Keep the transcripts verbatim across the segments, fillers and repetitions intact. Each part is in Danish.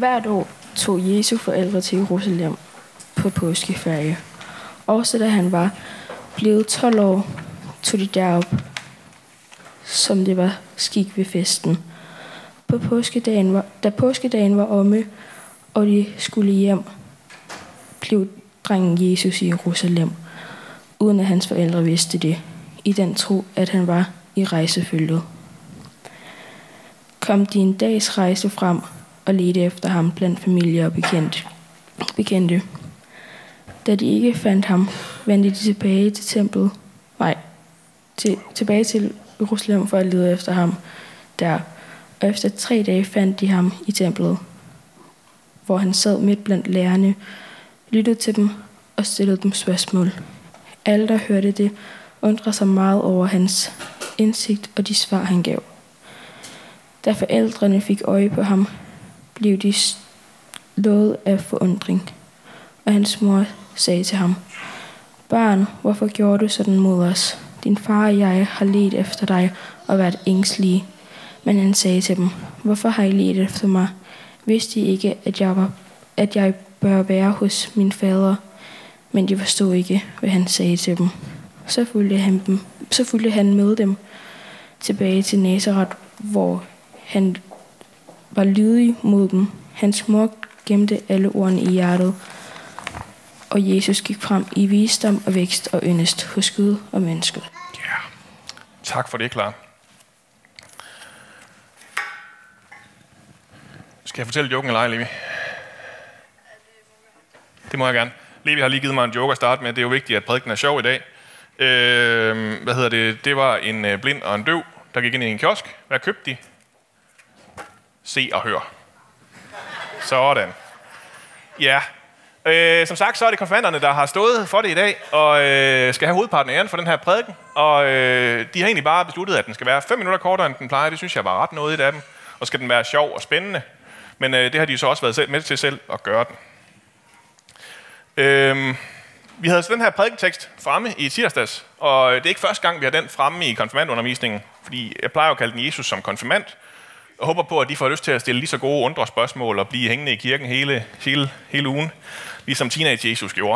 Hvert år tog Jesu forældre til Jerusalem på påskeferie. Også da han var blevet tolv år, tog de derop, som det var skik ved festen. På påskedagen var, da påskedagen var omme, og de skulle hjem, blev drengen Jesus i Jerusalem, uden at hans forældre vidste det, i den tro, at han var i rejsefølget. Kom de en dags rejse frem og ledte efter ham blandt familier og bekendte. bekendte. Da de ikke fandt ham, vendte de tilbage til templet, nej, til, tilbage til Jerusalem for at lede efter ham der. Og efter tre dage fandt de ham i templet, hvor han sad midt blandt lærerne, lyttede til dem og stillede dem spørgsmål. Alle, der hørte det, undrede sig meget over hans indsigt og de svar, han gav. Da forældrene fik øje på ham, blev de slået af forundring, og hans mor sagde til ham, barn, hvorfor gjorde du sådan mod os? Din far og jeg har ledt efter dig og været ængstelige. Men han sagde til dem, hvorfor har I ledt efter mig? Vidste I ikke, at jeg, var, at jeg bør være hos min fader? Men de forstod ikke, hvad han sagde til dem. Så fulgte han, dem, så fulgte han med dem tilbage til Nazaret, hvor han var lydig mod dem. Hans mor gemte alle ordene i hjertet, og Jesus gik frem i visdom og vækst og yndest hos Gud og mennesket. Ja, tak for det, Clara. Skal jeg fortælle joken eller ej, Levi? Det må jeg gerne. Levi har lige givet mig en joke at starte med. Det er jo vigtigt, at prædiken er sjov i dag. Øh, hvad hedder det? Det var en blind og en døv, der gik ind i en kiosk. Hvad købte de? Se og hør. Sådan. Ja. Øh, som sagt, så er det konfirmanderne, der har stået for det i dag, og øh, skal have hovedparten af æren for den her prædiken. Og øh, de har egentlig bare besluttet, at den skal være fem minutter kortere, end den plejer. Det synes jeg var ret noget af dem. Og skal den være sjov og spændende. Men øh, det har de så også været selv, med til selv at gøre den. Øh, vi havde så den her prædikentekst fremme i tirsdags, og det er ikke første gang, vi har den fremme i konfirmandundervisningen, fordi jeg plejer at kalde den Jesus som konfirmand. Jeg håber på, at de får lyst til at stille lige så gode undrespørgsmål og blive hængende i kirken hele, hele, hele ugen, ligesom teenage Jesus gjorde.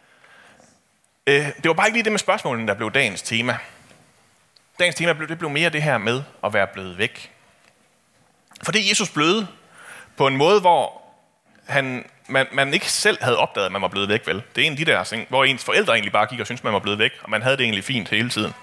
Øh, det var bare ikke lige det med spørgsmålene, der blev dagens tema. Dagens tema blev, det blev mere det her med at være blevet væk. For det er Jesus blevet på en måde, hvor han, man, man ikke selv havde opdaget, at man var blevet væk, vel? Det er en af de der ting, hvor ens forældre egentlig bare gik og syntes, man var blevet væk, og man havde det egentlig fint hele tiden.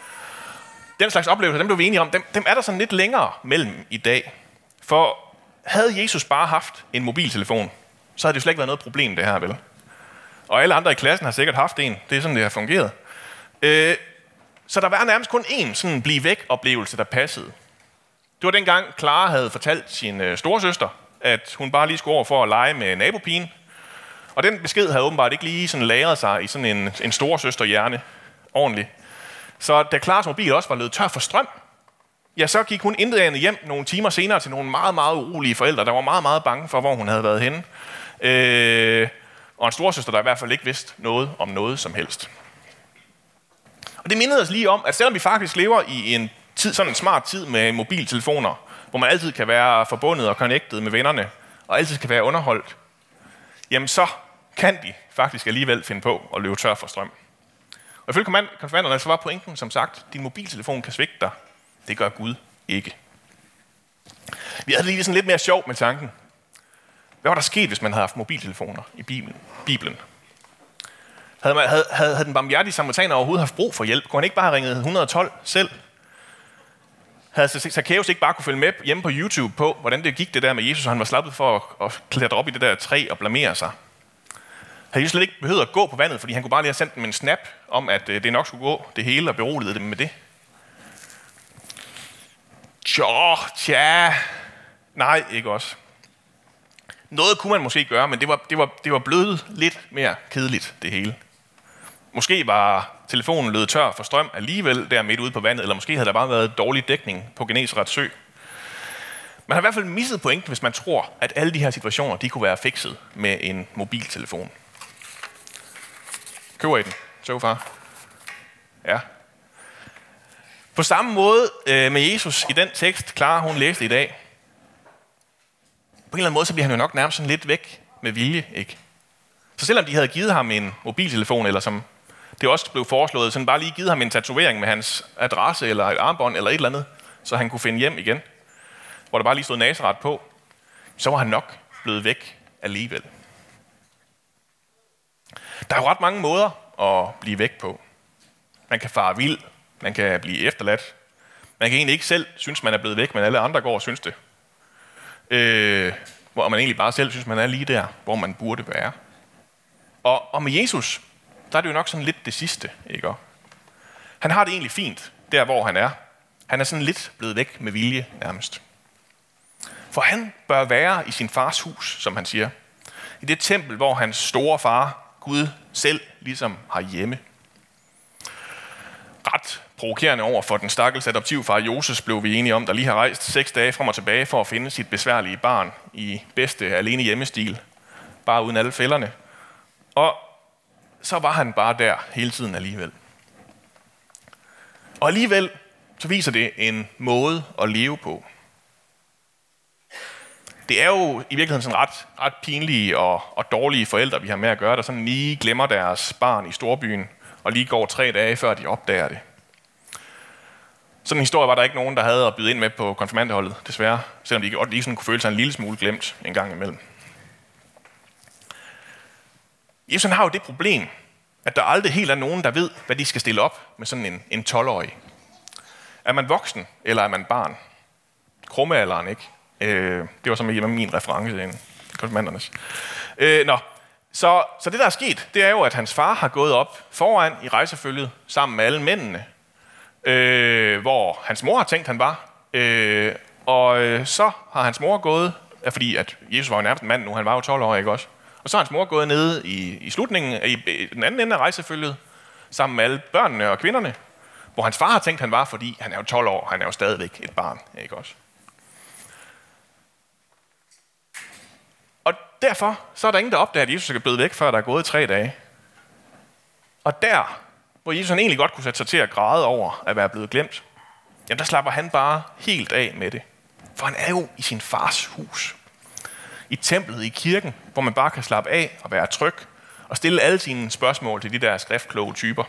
Den slags oplevelser, dem blev vi enige om, dem, dem er der sådan lidt længere mellem i dag. For havde Jesus bare haft en mobiltelefon, så havde det jo slet ikke været noget problem, det her, vel? Og alle andre i klassen har sikkert haft en. Det er sådan, det har fungeret. Øh, så der var nærmest kun én sådan blive væk-oplevelse, der passede. Det var dengang, Clara havde fortalt sin øh, storesøster, at hun bare lige skulle over for at lege med nabopigen. Og den besked havde åbenbart ikke lige sådan lagret sig i sådan en, en storesøsterhjerne ordentligt. Så da Claras mobil også var løbet tør for strøm, ja, så gik hun intetagende hjem nogle timer senere til nogle meget, meget urolige forældre, der var meget, meget bange for, hvor hun havde været henne. Øh, og en storesøster, der i hvert fald ikke vidste noget om noget som helst. Og det mindede os lige om, at selvom vi faktisk lever i en tid, sådan en smart tid med mobiltelefoner, hvor man altid kan være forbundet og connected med vennerne, og altid kan være underholdt, jamen så kan de faktisk alligevel finde på at løbe tør for strøm. Og ifølge konfirmanderne, så var pointen, som sagt, din mobiltelefon kan svigte dig. Det gør Gud ikke. Vi havde lige sådan lidt mere sjov med tanken. Hvad var der sket, hvis man havde haft mobiltelefoner i Bibelen? Bibelen? Havde, man, havde, havde, havde den barmhjertige samaritaner overhovedet haft brug for hjælp? Kunne han ikke bare have ringet et et to selv? Havde Zacchaeus ikke bare kunne følge med hjemme på YouTube på, hvordan det gik det der med Jesus, og han var slappet for at, at klatre op i det der træ og blamere sig? Havde Jesus slet ikke behøvet at gå på vandet, fordi han kunne bare lige have sendt dem en snap om, at det nok skulle gå det hele, og beroligede dem med det? Tja, tja. Nej, ikke også. Noget kunne man måske gøre, men det var, det var, det var blevet lidt mere kedeligt, det hele. Måske var telefonen løbet tør for strøm alligevel der midt ude på vandet, eller måske havde der bare været dårlig dækning på Genesaret sø. Man har i hvert fald misset pointen, hvis man tror, at alle de her situationer, de kunne være fikset med en mobiltelefon. Køber I den? So far? Ja. På samme måde øh, med Jesus i den tekst, Clara hun læste i dag, på en eller anden måde, så bliver han jo nok nærmest sådan lidt væk med vilje, ikke? Så selvom de havde givet ham en mobiltelefon, eller som det også blev foreslået, sådan bare lige givet ham en tatovering med hans adresse, eller et armbånd, eller et eller andet, så han kunne finde hjem igen, hvor der bare lige stod Nazaret på, så var han nok blevet væk alligevel. Der er jo ret mange måder at blive væk på. Man kan fare vild, man kan blive efterladt, man kan egentlig ikke selv synes, man er blevet væk, men alle andre går og synes det. Øh, hvor man egentlig bare selv synes, man er lige der, hvor man burde være. Og, og med Jesus, der er det jo nok sådan lidt det sidste, ikke? Han har det egentlig fint, der hvor han er. Han er sådan lidt blevet væk med vilje nærmest. For han bør være i sin fars hus, som han siger. I det tempel, hvor hans store far, Gud selv, ligesom har hjemme. Ret provokerende over for den stakkels adoptivfar Joses, blev vi enige om, der lige har rejst seks dage frem og tilbage for at finde sit besværlige barn i bedste alene hjemmestil, bare uden alle fælderne. Og så var han bare der hele tiden alligevel. Og alligevel så viser det en måde at leve på. Det er jo i virkeligheden sådan ret, ret pinlige og, og dårlige forældre, vi har med at gøre, der sådan lige glemmer deres barn i storbyen, og lige går tre dage, før de opdager det. Sådan en historie var der ikke nogen, der havde at byde ind med på konfirmandholdet, desværre, selvom de godt lige sådan kunne føle sig en lille smule glemt en gang imellem. Jesus har jo det problem, at der aldrig helt er nogen, der ved, hvad de skal stille op med sådan en, en tolv-årig. Er man voksen, eller er man barn? Krummealderen, ikke? Øh, det var så med min reference ind i konfirmandernes. Øh, nå. Så, så det, der er sket, det er jo, at hans far har gået op foran i rejsefølget sammen med alle mændene, øh, hvor hans mor har tænkt, han var. Øh, og øh, så har hans mor gået, fordi at Jesus var jo nærmest en mand nu, han var jo tolv år, ikke også? Og så har hans mor gået nede i, i slutningen, i, i den anden ende af rejsefølget, sammen med alle børnene og kvinderne, hvor hans far har tænkt, han var, fordi han er jo tolv år, han er jo stadigvæk et barn, ikke også? Og derfor så er der ingen, der opdager, at Jesus er blevet væk, før der er gået tre dage. Og der, hvor Jesus han egentlig godt kunne sætte sig til at græde over at være blevet glemt, jamen der slapper han bare helt af med det. For han er jo i sin fars hus. I templet, i kirken, hvor man bare kan slappe af og være tryg og stille alle sine spørgsmål til de der skriftkloge typer.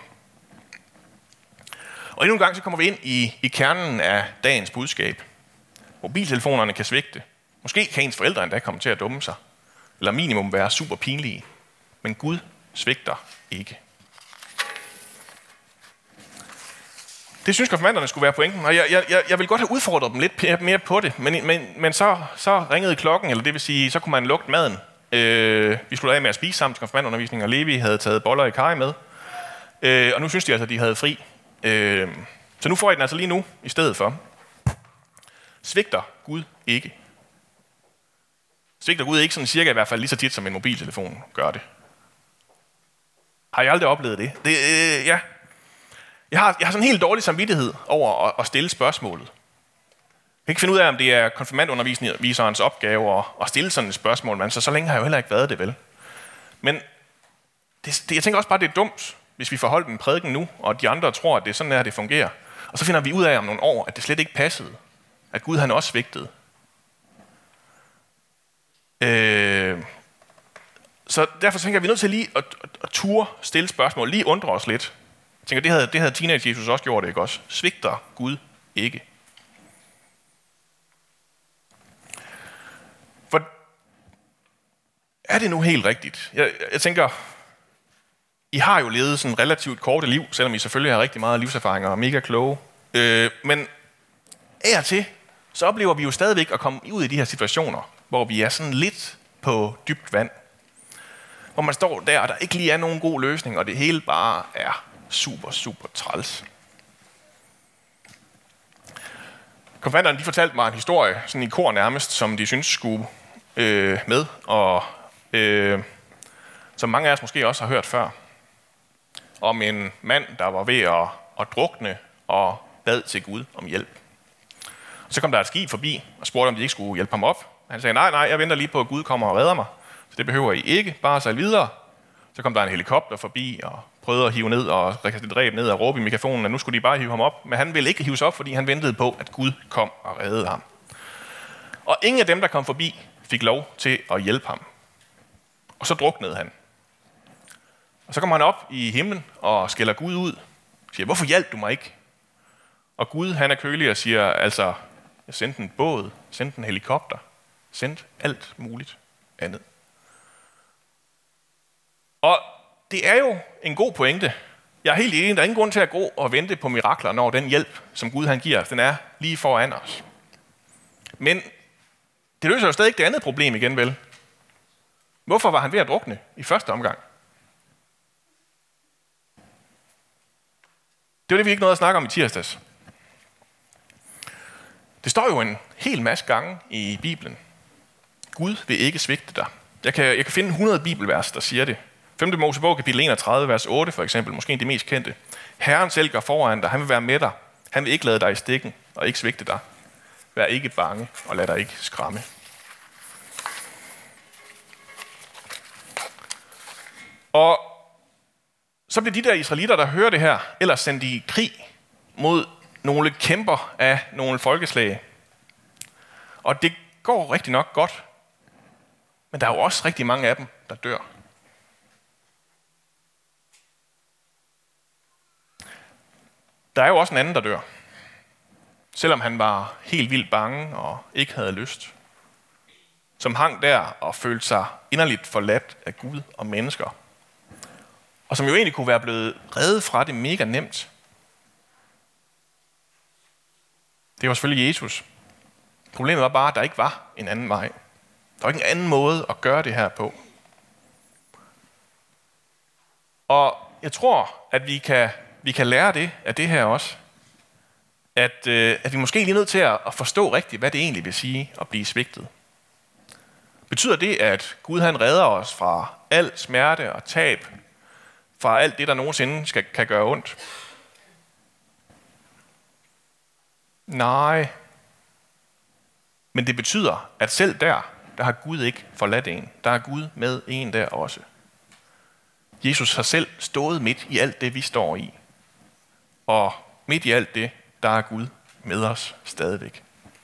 Og endnu en gang så kommer vi ind i, i kernen af dagens budskab. Mobiltelefonerne kan svigte. Måske kan ens forældre endda komme til at dumme sig. Eller minimum være super pinlige. Men Gud svigter ikke. Det synes konfirmanderne skulle være pointen, og jeg, jeg, jeg vil godt have udfordret dem lidt mere på det, men, men, men så, så ringede klokken, eller det vil sige, så kunne man lugte maden. Øh, vi skulle af med at spise sammen til konfirmandundervisning, og Levi havde taget boller i kaj med. Øh, og nu synes de altså, at de havde fri. Øh, så nu får I den altså lige nu, i stedet for. Svigter Gud ikke? Svigter Gud ikke sådan cirka i hvert fald lige så tit, som en mobiltelefon gør det? Har I aldrig oplevet det? det øh, ja. Jeg har, jeg har sådan en helt dårlig samvittighed over at, at stille spørgsmålet. Jeg kan ikke finde ud af, om det er konfirmandunderviserens opgave at, at stille sådan et spørgsmål, men så, så længe har jeg jo heller ikke været det, vel? Men det, det, jeg tænker også bare, det er dumt, hvis vi får holdt en prædiken nu, og de andre tror, at det er sådan her, det fungerer. Og så finder vi ud af om nogle år, at det slet ikke passede. At Gud han også svigtede. Øh, så derfor tænker jeg, at vi er nødt til lige at, at, at ture stille spørgsmål, lige undre os lidt. Jeg tænker, det havde, det havde teenage Jesus også gjort, ikke også? Svigter Gud ikke? For er det nu helt rigtigt? Jeg, jeg tænker, I har jo levet sådan relativt korte liv, selvom I selvfølgelig har rigtig meget livserfaring og er mega kloge. Øh, men af og til, så oplever vi jo stadigvæk at komme ud i de her situationer, hvor vi er sådan lidt på dybt vand. Hvor man står der, og der ikke lige er nogen god løsning, og det hele bare er super, super træls. Konfirmanderne, de fortalte mig en historie, sådan i kor nærmest, som de synes skulle øh, med, og øh, som mange af os måske også har hørt før. Om en mand, der var ved at, at drukne og bad til Gud om hjælp. Og så kom der et skib forbi og spurgte, om de ikke skulle hjælpe ham op. Han sagde, nej, nej, jeg venter lige på, at Gud kommer og redder mig. Så det behøver I ikke, bare sejle videre. Så kom der en helikopter forbi og prøvede at hive ned og række sit ræb ned og råbe i mikrofonen, at nu skulle de bare hive ham op. Men han ville ikke hives op, fordi han ventede på, at Gud kom og reddede ham. Og ingen af dem, der kom forbi, fik lov til at hjælpe ham. Og så druknede han. Og så kommer han op i himlen og skælder Gud ud. Og siger, hvorfor hjalp du mig ikke? Og Gud, han er kølig og siger, altså, jeg sendte en båd, sendte en helikopter, sendte alt muligt andet. Og det er jo en god pointe. Jeg er helt enig, der er ingen grund til at gå og vente på mirakler, når den hjælp, som Gud han giver os, den er lige foran os. Men det løser jo stadig ikke det andet problem igen, vel? Hvorfor var han ved at drukne i første omgang? Det var det, vi ikke nåede at snakke om i tirsdags. Det står jo en hel masse gange i Bibelen. Gud vil ikke svigte dig. Jeg kan, jeg kan finde hundrede bibelvers, der siger det. femte Mosebog, kapitel enogtredive, vers otte for eksempel, måske det mest kendte. Herren selv går foran dig, han vil være med dig. Han vil ikke lade dig i stikken og ikke svigte dig. Vær ikke bange og lad dig ikke skræmme. Og så bliver de der israelitter, der hører det her, ellers sendt i krig mod nogle kæmper af nogle folkeslag. Og det går rigtig nok godt. Men der er jo også rigtig mange af dem, der dør. Der er jo også en anden, der dør. Selvom han var helt vildt bange og ikke havde lyst. Som hang der og følte sig inderligt forladt af Gud og mennesker. Og som jo egentlig kunne være blevet reddet fra det mega nemt. Det var selvfølgelig Jesus. Problemet var bare, at der ikke var en anden vej. Der var ikke en anden måde at gøre det her på. Og jeg tror, at vi kan, vi kan lære det af det her også. At, øh, at vi måske lige er nødt til at, at forstå rigtigt, hvad det egentlig vil sige at blive svigtet. Betyder det, at Gud han redder os fra al smerte og tab, fra alt det, der nogensinde skal, kan gøre ondt? Nej. Men det betyder, at selv der, der har Gud ikke forladt en. Der er Gud med en der også. Jesus har selv stået midt i alt det, vi står i. Og midt i alt det, der er Gud med os stadigvæk.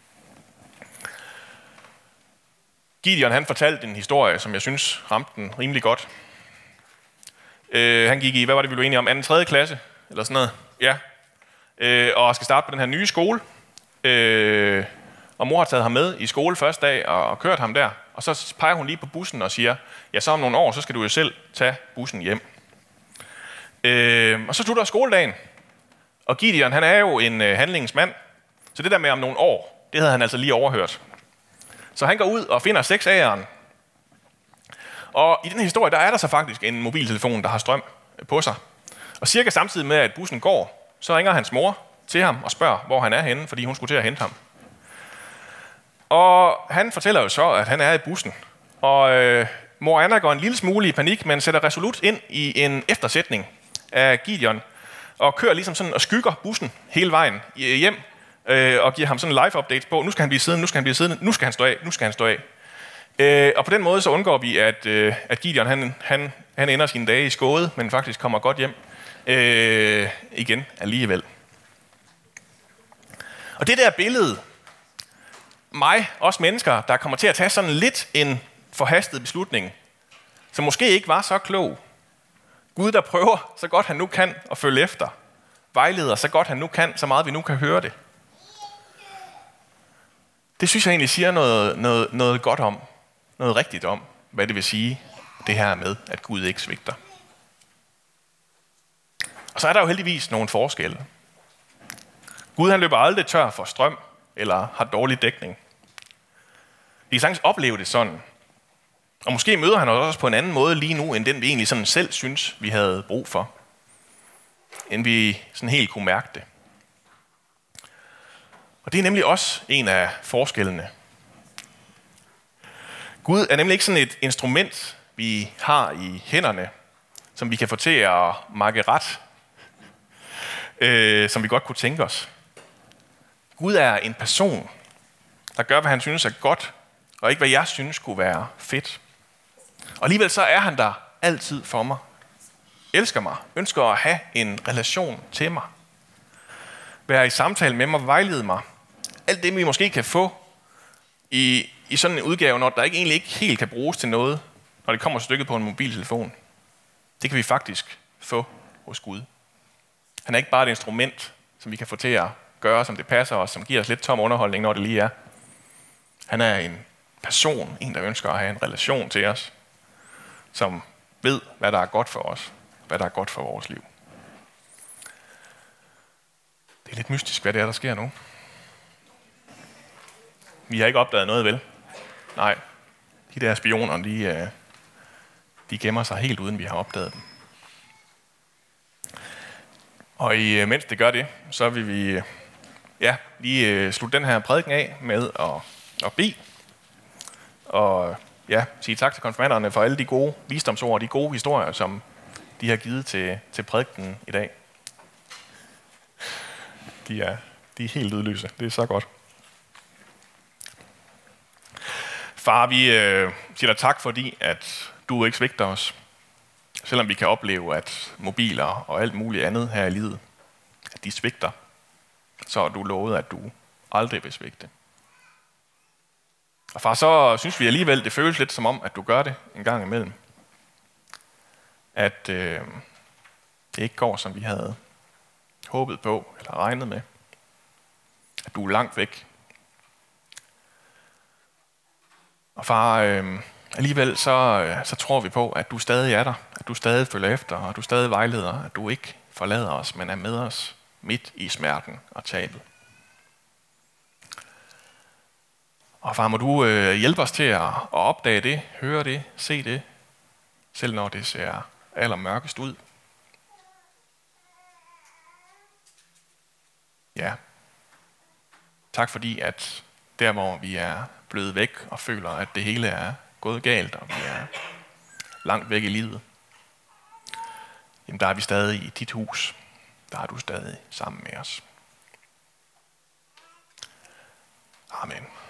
Gideon han fortalte en historie, som jeg synes ramte den rimelig godt. Øh, han gik i, hvad var det, vi blev enige om, anden tredje klasse, eller sådan noget. Ja. Øh, og skal starte på den her nye skole. Øh, og mor har taget ham med i skole første dag og, og kørt ham der. Og så peger hun lige på bussen og siger, ja, så om nogle år, så skal du jo selv tage bussen hjem. Øh, og så slutter skoledagen. Og Gideon, han er jo en øh, handlingens mand. Så det der med om nogle år, det havde han altså lige overhørt. Så han går ud og finder seksageren. Og i den historie, der er der så faktisk en mobiltelefon, der har strøm på sig. Og cirka samtidig med, at bussen går, så ringer hans mor til ham og spørger, hvor han er henne, fordi hun skulle til at hente ham. Og han fortæller jo så, at han er i bussen. Og øh, mor Anna går en lille smule i panik, men sætter resolut ind i en eftersætning af Gideon. Og kører ligesom sådan og skygger bussen hele vejen hjem. Øh, og giver ham sådan en live update på, nu skal han blive siddende, nu skal han blive siddende, nu skal han stå af, nu skal han stå af. Øh, og på den måde så undgår vi, at, øh, at Gideon han, han, han ender sine dage i skåde, men faktisk kommer godt hjem øh, igen alligevel. Og det der billede, mig, os mennesker, der kommer til at tage sådan lidt en forhastet beslutning, som måske ikke var så klog. Gud, der prøver så godt han nu kan at følge efter. Vejleder så godt han nu kan, så meget vi nu kan høre det. Det synes jeg egentlig siger noget, noget, noget godt om, noget rigtigt om, hvad det vil sige, det her med, at Gud ikke svigter. Og så er der jo heldigvis nogle forskelle. Gud han løber aldrig tør for strøm, eller har dårlig dækning. Vi kan sagtens opleve det sådan. Og måske møder han os også på en anden måde lige nu, end den vi egentlig sådan selv synes, vi havde brug for. End vi sådan helt kunne mærke det. Og det er nemlig også en af forskellene. Gud er nemlig ikke sådan et instrument, vi har i hænderne, som vi kan få til at makke ret, øh, som vi godt kunne tænke os. Gud er en person, der gør, hvad han synes er godt, og ikke hvad jeg synes kunne være fedt. Og alligevel så er han der altid for mig. Elsker mig, ønsker at have en relation til mig. Være i samtale med mig, vejlede mig. Alt det, vi måske kan få i i sådan en udgave, når der ikke egentlig ikke helt kan bruges til noget, når det kommer stykket på en mobiltelefon. Det kan vi faktisk få hos Gud. Han er ikke bare et instrument, som vi kan få til at gøre, som det passer os, som giver os lidt tom underholdning, når det lige er. Han er en person, en der ønsker at have en relation til os, som ved, hvad der er godt for os, hvad der er godt for vores liv. Det er lidt mystisk, hvad det er, der sker nu. Vi har ikke opdaget noget, vel? Nej, de der spioner, de, de gemmer sig helt uden vi har opdaget dem. Og i, mens det gør det, så vil vi ja, lige slutte den her prædiken af med at, at bede. Og ja, sige tak til konfirmanderne for alle de gode visdomsord og de gode historier, som de har givet til, til prædiken i dag. De er, de er helt lydløse. Det er så godt. Far, vi øh, siger dig tak, fordi at du ikke svigter os. Selvom vi kan opleve, at mobiler og alt muligt andet her i livet, at de svigter, så har du lovet, at du aldrig vil svigte. Og far, så synes vi alligevel, det føles lidt som om, at du gør det en gang imellem. At øh, det ikke går, som vi havde håbet på eller regnet med. At du er langt væk. Og far, øh, alligevel så, øh, så tror vi på, at du stadig er der. At du stadig følger efter, og du stadig vejleder. At du ikke forlader os, men er med os midt i smerten og tabet. Og far, må du øh, hjælpe os til at, at opdage det, høre det, se det, selv når det ser allermørkest ud. Ja. Tak fordi, at der hvor vi er blevet væk og føler, at det hele er gået galt, og vi er langt væk i livet, jamen der er vi stadig i dit hus. Der er du stadig sammen med os. Amen.